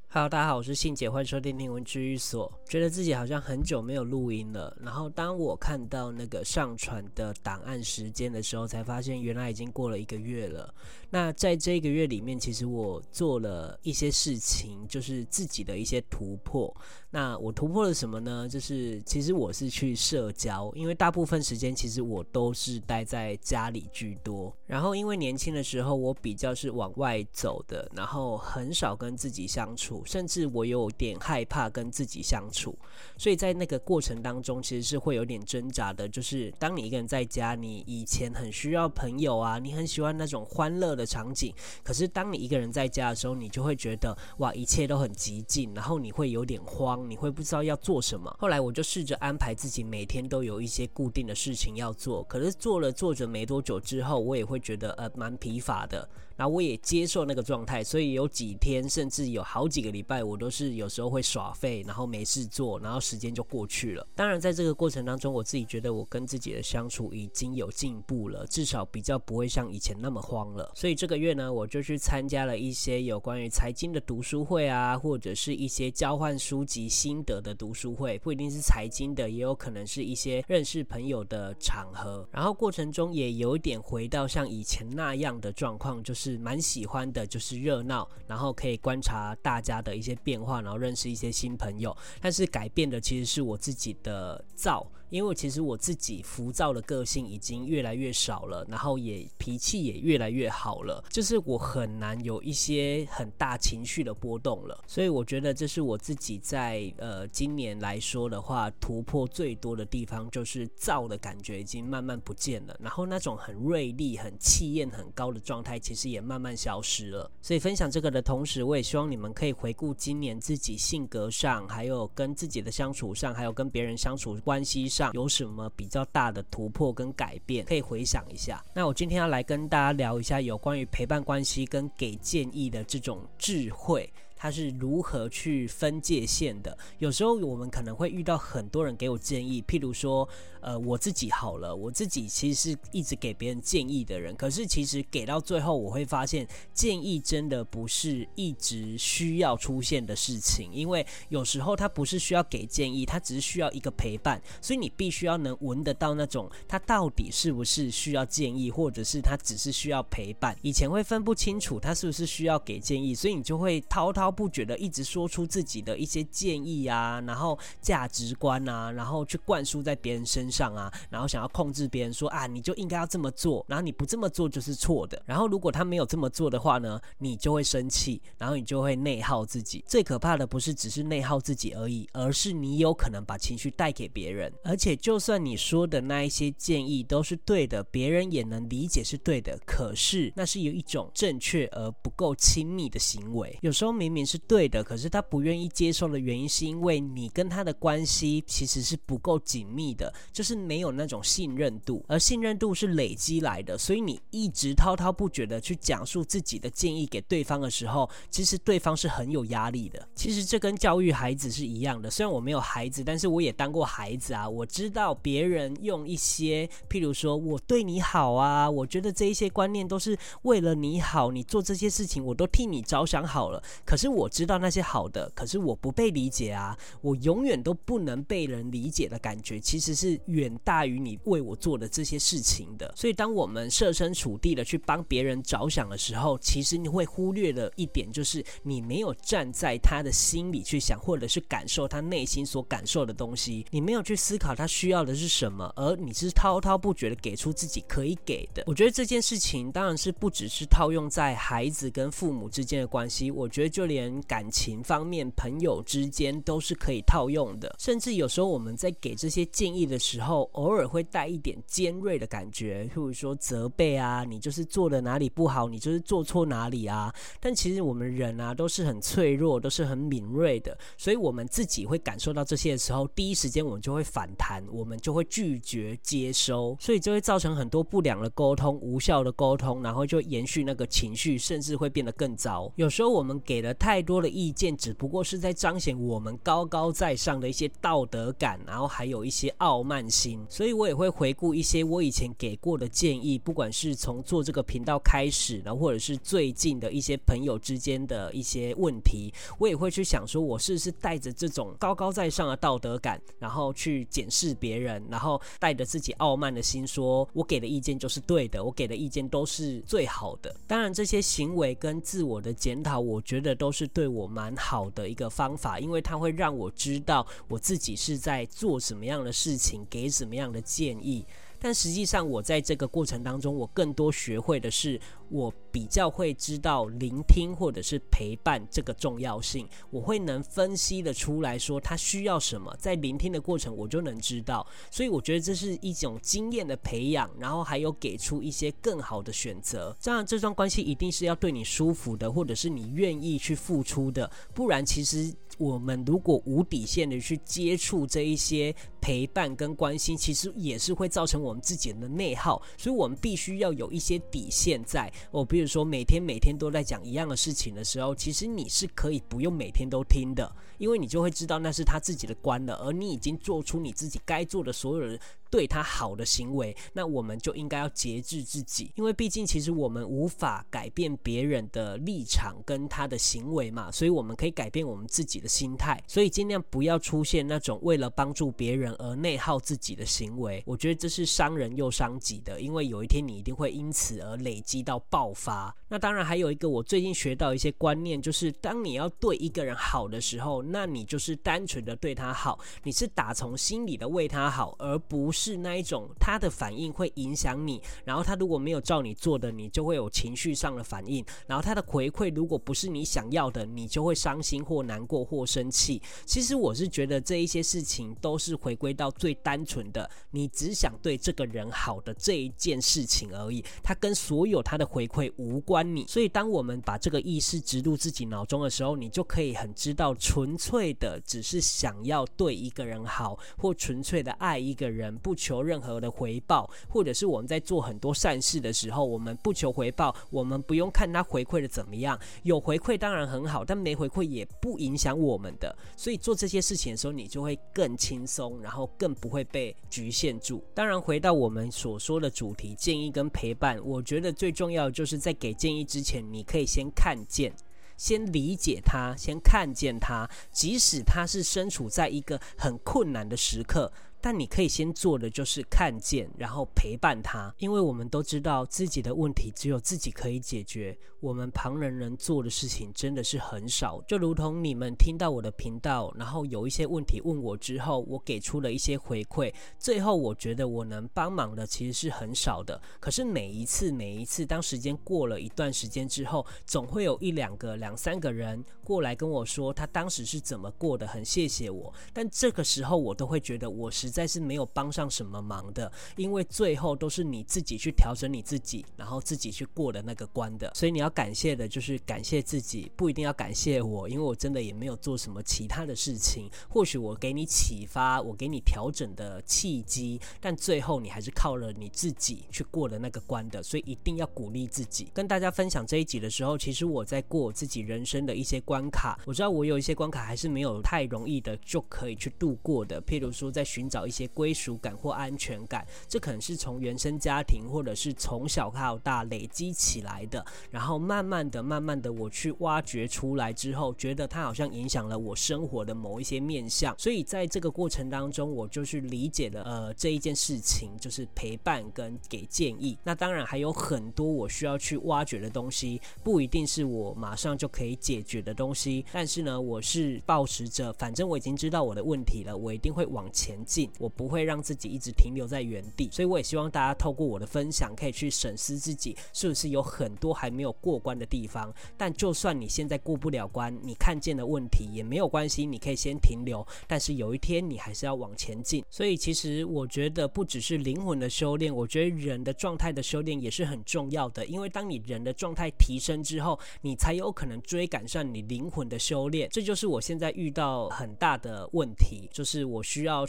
Hello， 大家好，我是信姐，欢迎收听听闻治愈所。觉得自己好像很久没有录音了，然后当我看到那个上传的档案时间的时候，才发现原来已经过了1个月了。那在这1个月里面，其实我做了一些事情，就是自己的一些突破。那我突破了什么呢？就是其实我是去社交，因为大部分时间其实我都是待在家里居多。然后因为年轻的时候我比较是往外走的，然后很少跟自己相处，甚至我有点害怕跟自己相处，所以在那个过程当中其实是会有点挣扎的。就是当你一个人在家，你以前很需要朋友啊，你很喜欢那种欢乐的场景，可是当你一个人在家的时候，你就会觉得哇，一切都很寂静，然后你会有点慌，你会不知道要做什么。后来我就试着安排自己每天都有一些固定的事情要做，可是做着没多久之后，我也会觉得蛮疲乏的，然后我也接受那个状态，所以有几天甚至有好几个礼拜，我都是有时候会耍废，然后没事做，然后时间就过去了。当然在这个过程当中，我自己觉得我跟自己的相处已经有进步了，至少比较不会像以前那么慌了。所以这个月呢，我就去参加了一些有关于财经的读书会啊，或者是一些交换书籍心得的读书会，不一定是财经的，也有可能是一些认识朋友的场合。然后过程中也有点回到像以前那样的状况，就是蛮喜欢的，就是热闹，然后可以观察大家的一些变化，然后认识一些新朋友。但是改变的其实是我自己的躁，因为其实我自己浮躁的个性已经越来越少了，然后也脾气也越来越好了，就是我很难有一些很大情绪的波动了。所以我觉得这是我自己在今年来说的话，突破最多的地方，就是躁的感觉已经慢慢不见了，然后那种很锐利很气焰很高的状态其实也慢慢消失了。所以分享这个的同时，我也希望你们可以回顾今年自己性格上，还有跟自己的相处上，还有跟别人相处关系上有什么比较大的突破跟改变，可以回想一下。那我今天要来跟大家聊一下有关于陪伴关系跟给建议的这种智慧，它是如何去分界线的。有时候我们可能会遇到很多人给我建议，譬如说我自己好了，我自己其实是一直给别人建议的人，可是其实给到最后我会发现，建议真的不是一直需要出现的事情，因为有时候它不是需要给建议，它只是需要一个陪伴，所以你必须要能闻得到那种它到底是不是需要建议，或者是它只是需要陪伴。以前会分不清楚它是不是需要给建议，所以你就会滔滔不绝的一直说出自己的一些建议啊，然后价值观啊，然后去灌输在别人身上啊，然后想要控制别人说啊，你就应该要这么做，然后你不这么做就是错的。然后如果他没有这么做的话呢，你就会生气，然后你就会内耗自己。最可怕的不是只是内耗自己而已，而是你有可能把情绪带给别人。而且就算你说的那一些建议都是对的，别人也能理解是对的，可是那是有一种正确而不够亲密的行为。有时候明明是对的，可是他不愿意接受的原因是因为你跟他的关系其实是不够紧密的，就是没有那种信任度，而信任度是累积来的，所以你一直滔滔不绝的去讲述自己的建议给对方的时候，其实对方是很有压力的。其实这跟教育孩子是一样的，虽然我没有孩子，但是我也当过孩子啊，我知道别人用一些譬如说我对你好啊，我觉得这一些观念都是为了你好，你做这些事情我都替你着想好了，可是我知道那些好的，可是我不被理解啊，我永远都不能被人理解的感觉，其实是远大于你为我做的这些事情的。所以当我们设身处地的去帮别人着想的时候，其实你会忽略了一点，就是你没有站在他的心里去想，或者是感受他内心所感受的东西，你没有去思考他需要的是什么，而你是滔滔不绝的给出自己可以给的。我觉得这件事情当然是不只是套用在孩子跟父母之间的关系，我觉得就连感情方面朋友之间都是可以套用的。甚至有时候我们在给这些建议的时候，偶尔会带一点尖锐的感觉，譬如说责备啊，你就是做的哪里不好，你就是做错哪里啊。但其实我们人啊都是很脆弱，都是很敏锐的，所以我们自己会感受到这些的时候，第一时间我们就会反弹，我们就会拒绝接收，所以就会造成很多不良的沟通，无效的沟通，然后就延续那个情绪，甚至会变得更糟。有时候我们给了太太多的意见只不过是在彰显我们高高在上的一些道德感，然后还有一些傲慢心。所以我也会回顾一些我以前给过的建议，不管是从做这个频道开始，然后或者是最近的一些朋友之间的一些问题，我也会去想说我是不是带着这种高高在上的道德感，然后去检视别人，然后带着自己傲慢的心说我给的意见就是对的，我给的意见都是最好的。当然这些行为跟自我的检讨，我觉得都是对我蛮好的一个方法，因为它会让我知道我自己是在做什么样的事情，给什么样的建议。但实际上我在这个过程当中，我更多学会的是我比较会知道聆听或者是陪伴这个重要性，我会能分析的出来说他需要什么，在聆听的过程我就能知道。所以我觉得这是一种经验的培养，然后还有给出一些更好的选择。当然这段关系一定是要对你舒服的，或者是你愿意去付出的，不然其实我们如果无底线的去接触这一些陪伴跟关心，其实也是会造成我们自己的内耗。所以我们必须要有一些底线在。比如说每天都在讲一样的事情的时候，其实你是可以不用每天都听的，因为你就会知道那是他自己的观了，而你已经做出你自己该做的所有的对他好的行为，那我们就应该要节制自己。因为毕竟其实我们无法改变别人的立场跟他的行为嘛，所以我们可以改变我们自己的心态。所以尽量不要出现那种为了帮助别人而内耗自己的行为，我觉得这是伤人又伤己的，因为有一天你一定会因此而累积到爆发。那当然还有一个我最近学到一些观念，就是当你要对一个人好的时候，那你就是单纯的对他好，你是打从心里的为他好，而不是那一种他的反应会影响你，然后他如果没有照你做的，你就会有情绪上的反应，然后他的回馈如果不是你想要的，你就会伤心或难过或生气。其实我是觉得这一些事情都是回归到最单纯的，你只想对这个人好的这一件事情而已，他跟所有他的回馈无关你。所以当我们把这个意识植入自己脑中的时候，你就可以很知道纯粹的只是想要对一个人好，或纯粹的爱一个人，不求任何的回报，或者是我们在做很多善事的时候，我们不求回报，我们不用看他回馈的怎么样，有回馈当然很好，但没回馈也不影响我们的。所以做这些事情的时候，你就会更轻松，然后更不会被局限住。当然回到我们所说的主题，建议跟陪伴，我觉得最重要的就是在给建议之前，你可以先看见，先理解他，先看见他，即使他是身处在一个很困难的时刻，但你可以先做的就是看见，然后陪伴他。因为我们都知道自己的问题只有自己可以解决，我们旁人能做的事情真的是很少。就如同你们听到我的频道，然后有一些问题问我之后，我给出了一些回馈，最后我觉得我能帮忙的其实是很少的。可是每一次当时间过了一段时间之后，总会有一两个两三个人过来跟我说他当时是怎么过的，很谢谢我。但这个时候我都会觉得我实在是没有帮上什么忙的，因为最后都是你自己去调整你自己，然后自己去过的那个关的。所以你要感谢的就是感谢自己，不一定要感谢我，因为我真的也没有做什么其他的事情。或许我给你启发，我给你调整的契机，但最后你还是靠了你自己去过的那个关的。所以一定要鼓励自己。跟大家分享这一集的时候，其实我在过我自己人生的一些关卡，我知道我有一些关卡还是没有太容易的就可以去度过的，譬如说在寻找一些归属感或安全感，这可能是从原生家庭或者是从小到大累积起来的，然后慢慢的我去挖掘出来之后，觉得它好像影响了我生活的某一些面向。所以在这个过程当中，我就去理解了这一件事情，就是陪伴跟给建议。那当然还有很多我需要去挖掘的东西，不一定是我马上就可以解决的东西，但是呢，我是抱持着反正我已经知道我的问题了，我一定会往前进，我不会让自己一直停留在原地。所以我也希望大家透过我的分享可以去审视自己是不是有很多还没有过关的地方。但就算你现在过不了关，你看见的问题也没有关系，你可以先停留，但是有一天你还是要往前进。所以其实我觉得不只是灵魂的修炼，我觉得人的状态的修炼也是很重要的。因为当你人的状态提升之后，你才有可能追赶上你灵魂的修炼。这就是我现在遇到很大的问题，就是我需要去平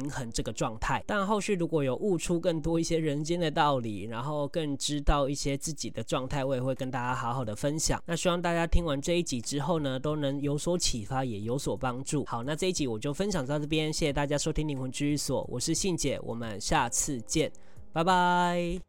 平衡这个状态。但后续如果有悟出更多一些人间的道理，然后更知道一些自己的状态，我也会跟大家好好的分享。那希望大家听完这一集之后呢，都能有所启发，也有所帮助。好，那这一集我就分享到这边，谢谢大家收听灵魂治愈所，我是信姐，我们下次见，拜拜。